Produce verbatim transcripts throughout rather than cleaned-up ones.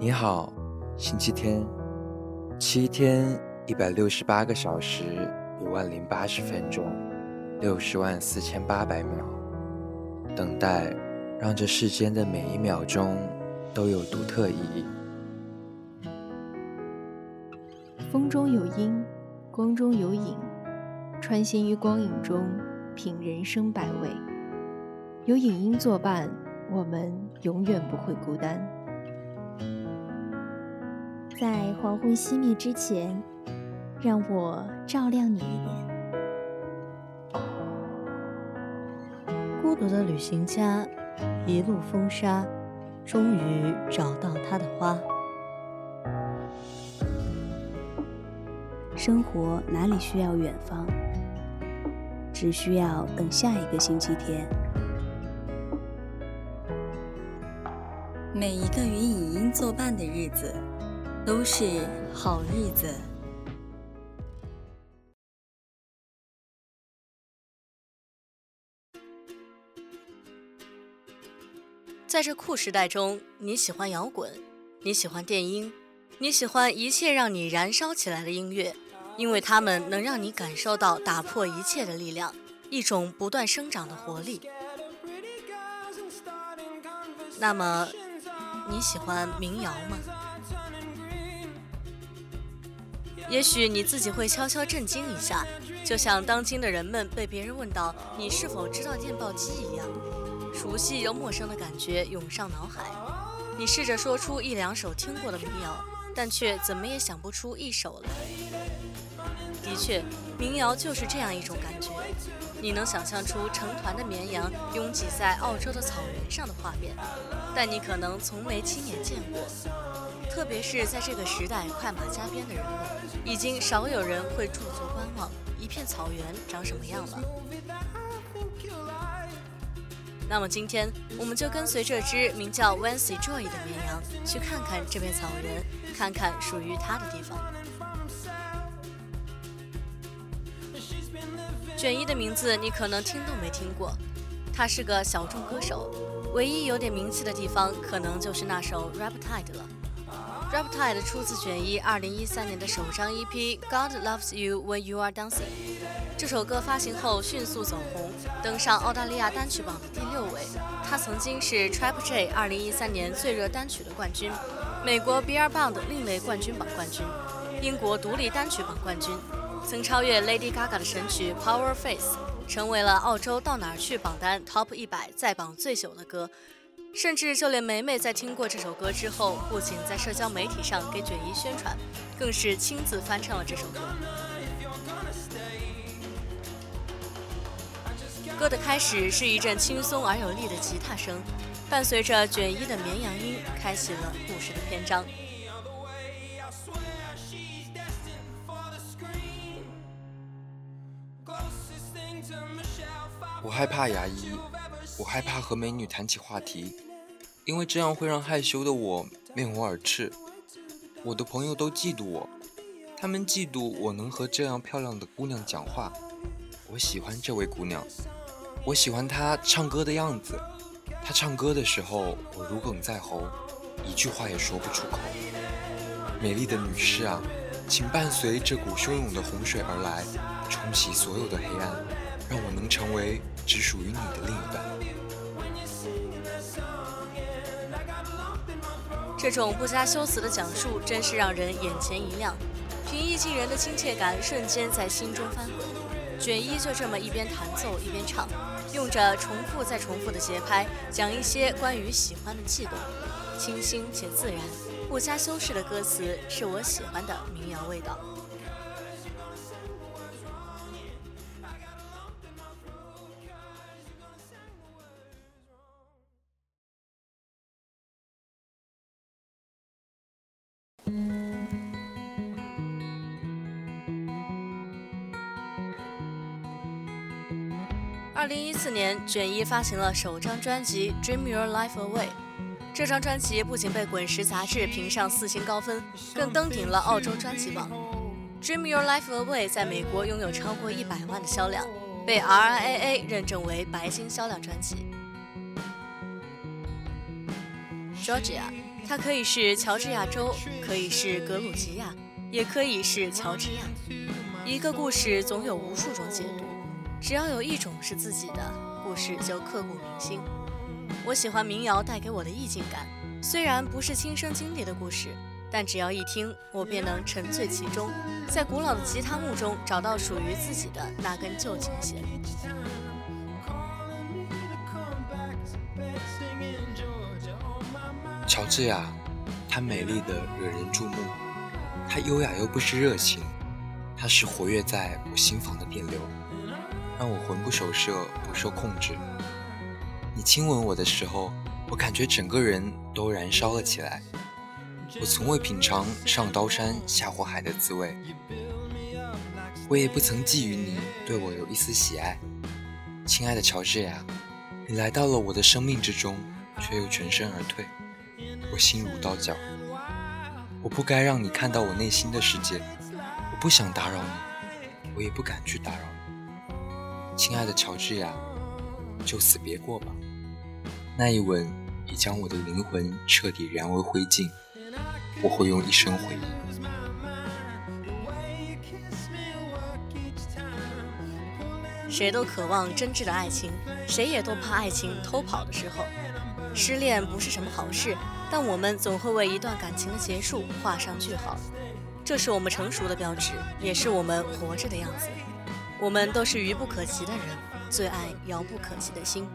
你好，星期天，七天一百六十八个小时，一万零八十分钟，六十万四千八百秒。等待，让这世间的每一秒钟都有独特意义。 风中有音，光中有影，穿行于光影中，品人生百味。有影音作伴，我们永远不会孤单。 在黄昏熄灭之前，让我照亮你一点。 孤独的旅行家，一路风沙，终于找到他的花。 生活哪里需要远方，只需要等下一个星期天。 每一个与影音作伴的日子都是好日子。 在这酷时代中，你喜欢摇滚，你喜欢电音，你喜欢一切让你燃烧起来的音乐，因为它们能让你感受到打破一切的力量，一种不断生长的活力。那么，你喜欢民谣吗？也许你自己会悄悄震惊一下，就像当今的人们被别人问到你是否知道电报机一样，熟悉又陌生的感觉涌上脑海。你试着说出一两首听过的民谣，但却怎么也想不出一首来。的确，民谣就是这样一种感觉，你能想象出成团的绵羊拥挤在澳洲的草原上的画面，但你可能从没亲眼见过。特别是在这个时代快马加鞭的人们，已经少有人会驻足观望一片草原长什么样了。那么今天我们就跟随这只名叫 Vancy Joy 的绵羊，去看看这片草原，看看属于它的地方。卷一的名字你可能听都没听过，他是个小众歌手，唯一有点名气的地方可能就是那首 Riptide 了。Riptide 出自卷一二零一三年的首张 E P God Loves You When You Are Dancing。 这首歌发行后迅速走红，登上澳大利亚单曲榜的第六位。它曾经是 Triple J 二零一三年最热单曲的冠军，美国 Billboard 另类冠军榜冠军，英国独立单曲榜冠军，曾超越 Lady Gaga 的神曲 Power Face， 成为了澳洲到哪儿去榜单 Top 一百在榜最久的歌。甚至就连梅梅在听过这首歌之后，不仅在社交媒体上给卷一宣传，更是亲自翻唱了这首歌。歌的开始是一阵轻松而有力的吉他声，伴随着卷一的绵羊音，开启了故事的篇章。 我害怕牙医，我害怕和美女谈起话题，因为这样会让害羞的我面红耳赤。我的朋友都嫉妒我，他们嫉妒我能和这样漂亮的姑娘讲话。我喜欢这位姑娘，我喜欢她唱歌的样子。她唱歌的时候，我如鲠在喉，一句话也说不出口。美丽的女士啊，请伴随这股汹涌的洪水而来，冲洗所有的黑暗，让我能成为只属于你的另一半。 这种不加修辞的讲述真是让人眼前一亮，平易近人的亲切感瞬间在心中翻滚。卷一就这么一边弹奏一边唱，用着重复再重复的节拍，讲一些关于喜欢的悸动，清新且自然，不加修饰的歌词是我喜欢的民谣味道。二零一四年，卷一发行了首张专辑《Dream Your Life Away》。这张专辑不仅被滚石杂志评上四星高分，更登顶了澳洲专辑榜。《Dream Your Life Away》在美国拥有超过一百万的销量，被 R I A A 认证为白金销量专辑。 Georgia， 它可以是乔治亚州，可以是格鲁吉亚，也可以是乔治亚。一个故事总有无数种解读，只要有一种是自己的，故事就刻骨铭心。我喜欢民谣带给我的意境感，虽然不是亲身经历的故事，但只要一听，我便能沉醉其中，在古老的吉他木中找到属于自己的那根旧琴弦。 乔治亚，她美丽的惹人注目，她优雅又不失热情，她是活跃在我心房的电流，让我魂不守舍，不受控制。你亲吻我的时候，我感觉整个人都燃烧了起来。我从未品尝上刀山下火海的滋味，我也不曾觊觎你对我有一丝喜爱。亲爱的乔治亚，你来到了我的生命之中，却又全身而退，我心如刀绞。我不该让你看到我内心的世界，我不想打扰你，我也不敢去打扰你。亲爱的乔治亚，就此别过吧。那一吻已将我的灵魂彻底燃为灰烬，我会用一生回忆。 谁都渴望真挚的爱情，谁也都怕爱情偷跑的时候。失恋不是什么好事，但我们总会为一段感情的结束画上句号，这是我们成熟的标志，也是我们活着的样子。我们都是愚不可及的人，最爱遥不可及的心。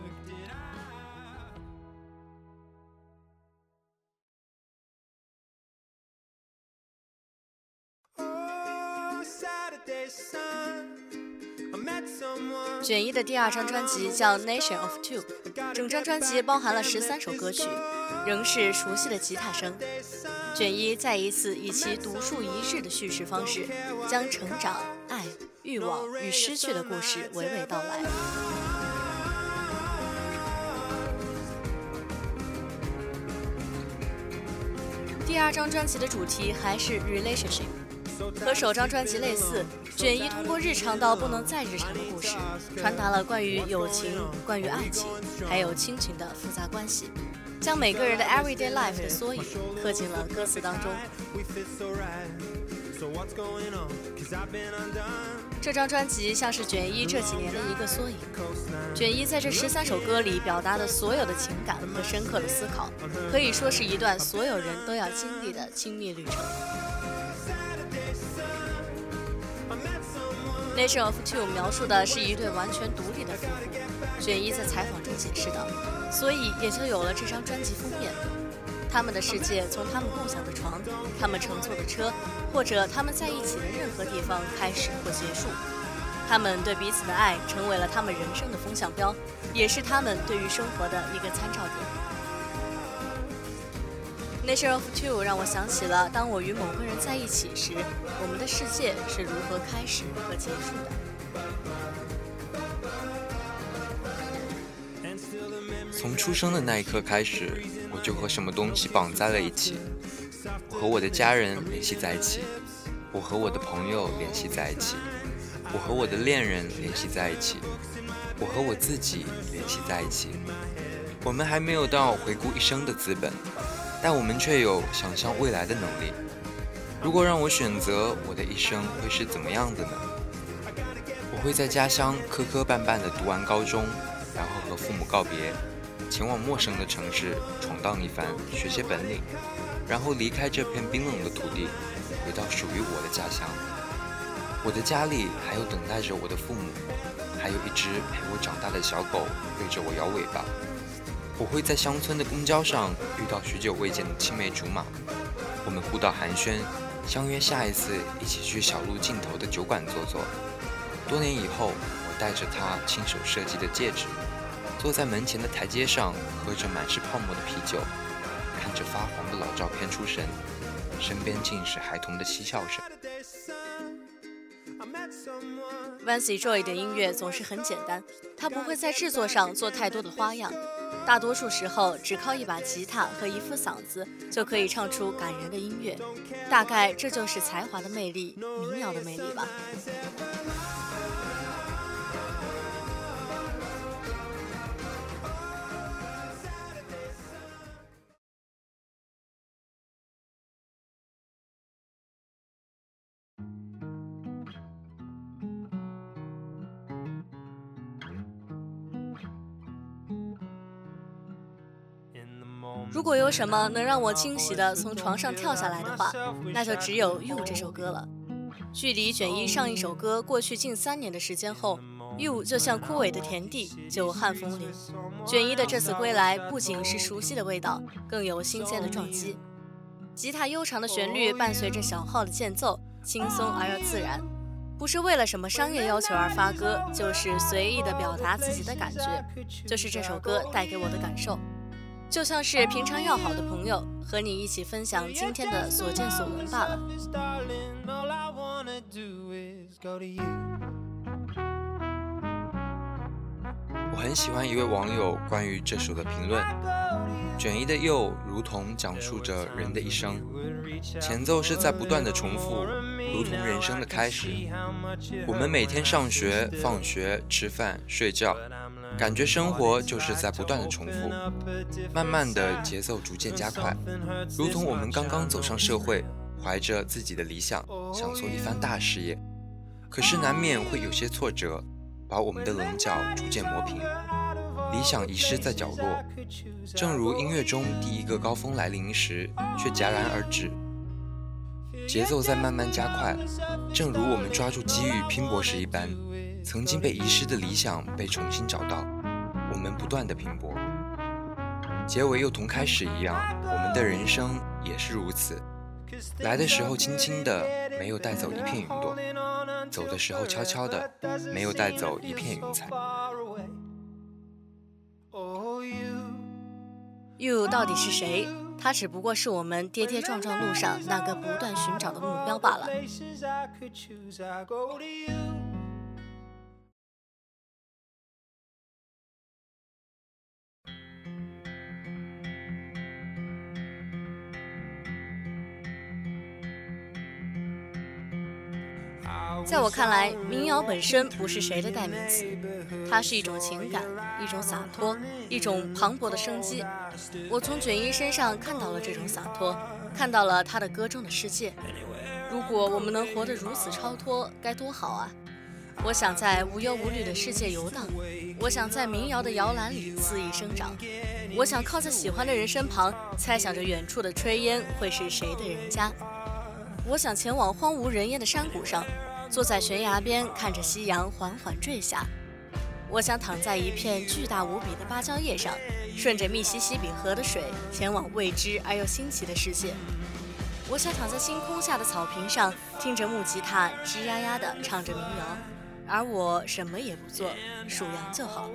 卷一的第二张专辑叫 Nation of Two， 整张专辑包含了十三首歌曲，仍是熟悉的吉他声。卷一再一次以其独树一帜的叙事方式，将成长、爱、欲望与失去的故事娓娓道来。第二张专辑的主题还是 relationship， 和首张专辑类似，卷一通过日常到不能再日常的故事，传达了关于友情、关于爱情，还有亲情的复杂关系，将每个人的 everyday life 的缩影刻进了歌词当中。这张专辑像是卷一这几年的一个缩影，卷一在这十三首歌里表达的所有的情感和深刻的思考，可以说是一段所有人都要经历的亲密旅程。Nation of Two 描述的是一对完全独立的夫妇，卷一在采访中解释的，所以也就有了这张专辑封面。他们的世界从他们共享的床、他们乘坐的车，或者他们在一起的任何地方开始或结束。他们对彼此的爱成为了他们人生的风向标，也是他们对于生活的一个参照点。Nation of Two 让我想起了当我与某个人在一起时，我们的世界是如何开始和结束的。 从出生的那一刻开始，我就和什么东西绑在了一起。我和我的家人联系在一起，我和我的朋友联系在一起，我和我的恋人联系在一起，我和我自己联系在一起。我们还没有到回顾一生的资本，但我们却有想象未来的能力。如果让我选择，我的一生会是怎么样的呢？我会在家乡磕磕绊绊地读完高中，然后和父母告别，前往陌生的城市闯荡一番，学些本领，然后离开这片冰冷的土地，回到属于我的家乡。我的家里还有等待着我的父母，还有一只陪我长大的小狗对着我摇尾巴。我会在乡村的公交上遇到许久未见的青梅竹马，我们互道寒暄，相约下一次一起去小路尽头的酒馆坐坐。多年以后，我带着他亲手设计的戒指，坐在门前的台阶上，喝着满是泡沫的啤酒，看着发黄的老照片出神，身边尽是孩童的嬉笑声。 Vance Joy 的音乐总是很简单，他不会在制作上做太多的花样，大多数时候只靠一把吉他和一副嗓子就可以唱出感人的音乐，大概这就是才华的魅力，民谣的魅力吧。 如果有什么能让我惊喜地从床上跳下来的话，那就只有《You》这首歌了。距离卷一上一首歌过去近三年的时间后，《You》就像枯萎的田地，久旱逢淋。卷一的这次归来，不仅是熟悉的味道，更有新鲜的撞击。吉他悠长的旋律伴随着小号的间奏，轻松而又自然。不是为了什么商业要求而发歌，就是随意地表达自己的感觉，就是这首歌带给我的感受。就像是平常要好的朋友，和你一起分享今天的所见所闻罢了。 我很喜欢一位网友关于这首的评论，卷一的又如同讲述着人的一生，前奏是在不断的重复，如同人生的开始。我们每天上学、放学、吃饭、睡觉，感觉生活就是在不断的重复，慢慢的节奏逐渐加快，如同我们刚刚走上社会，怀着自己的理想，想做一番大事业，可是难免会有些挫折，把我们的棱角逐渐磨平，理想遗失在角落，正如音乐中第一个高峰来临时却戛然而止，节奏在慢慢加快，正如我们抓住机遇拼搏时一般，曾经被遗失的理想被重新找到，我们不断的拼搏，结尾又同开始一样，我们的人生也是如此，来的时候轻轻的，没有带走一片云朵，走的时候悄悄的，没有带走一片云彩。 You 到底是谁？他只不过是我们跌跌撞撞路上那个不断寻找的目标罢了。在我看来，民谣本身不是谁的代名词，它是一种情感，一种洒脱，一种磅礴的生机。我从卷一身上看到了这种洒脱，看到了他的歌中的世界。如果我们能活得如此超脱，该多好啊！我想在无忧无虑的世界游荡，我想在民谣的摇篮里肆意生长，我想靠在喜欢的人身旁，猜想着远处的炊烟会是谁的人家。我想前往荒无人烟的山谷上，坐在悬崖边看着夕阳缓缓坠下。我想躺在一片巨大无比的芭蕉叶上，顺着密西西比河的水前往未知而又新奇的世界。我想躺在星空下的草坪上，听着木吉他吱呀呀地唱着民谣，而我什么也不做，数羊就好。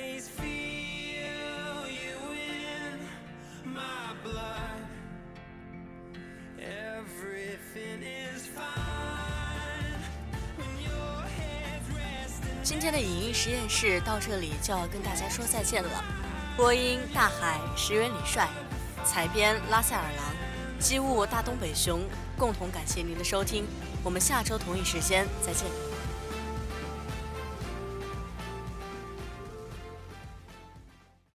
今天的影音实验室到这里就要跟大家说再见了。播音大海石原李帅，采编拉塞尔郎，机务大东北熊，共同感谢您的收听，我们下周同一时间再见。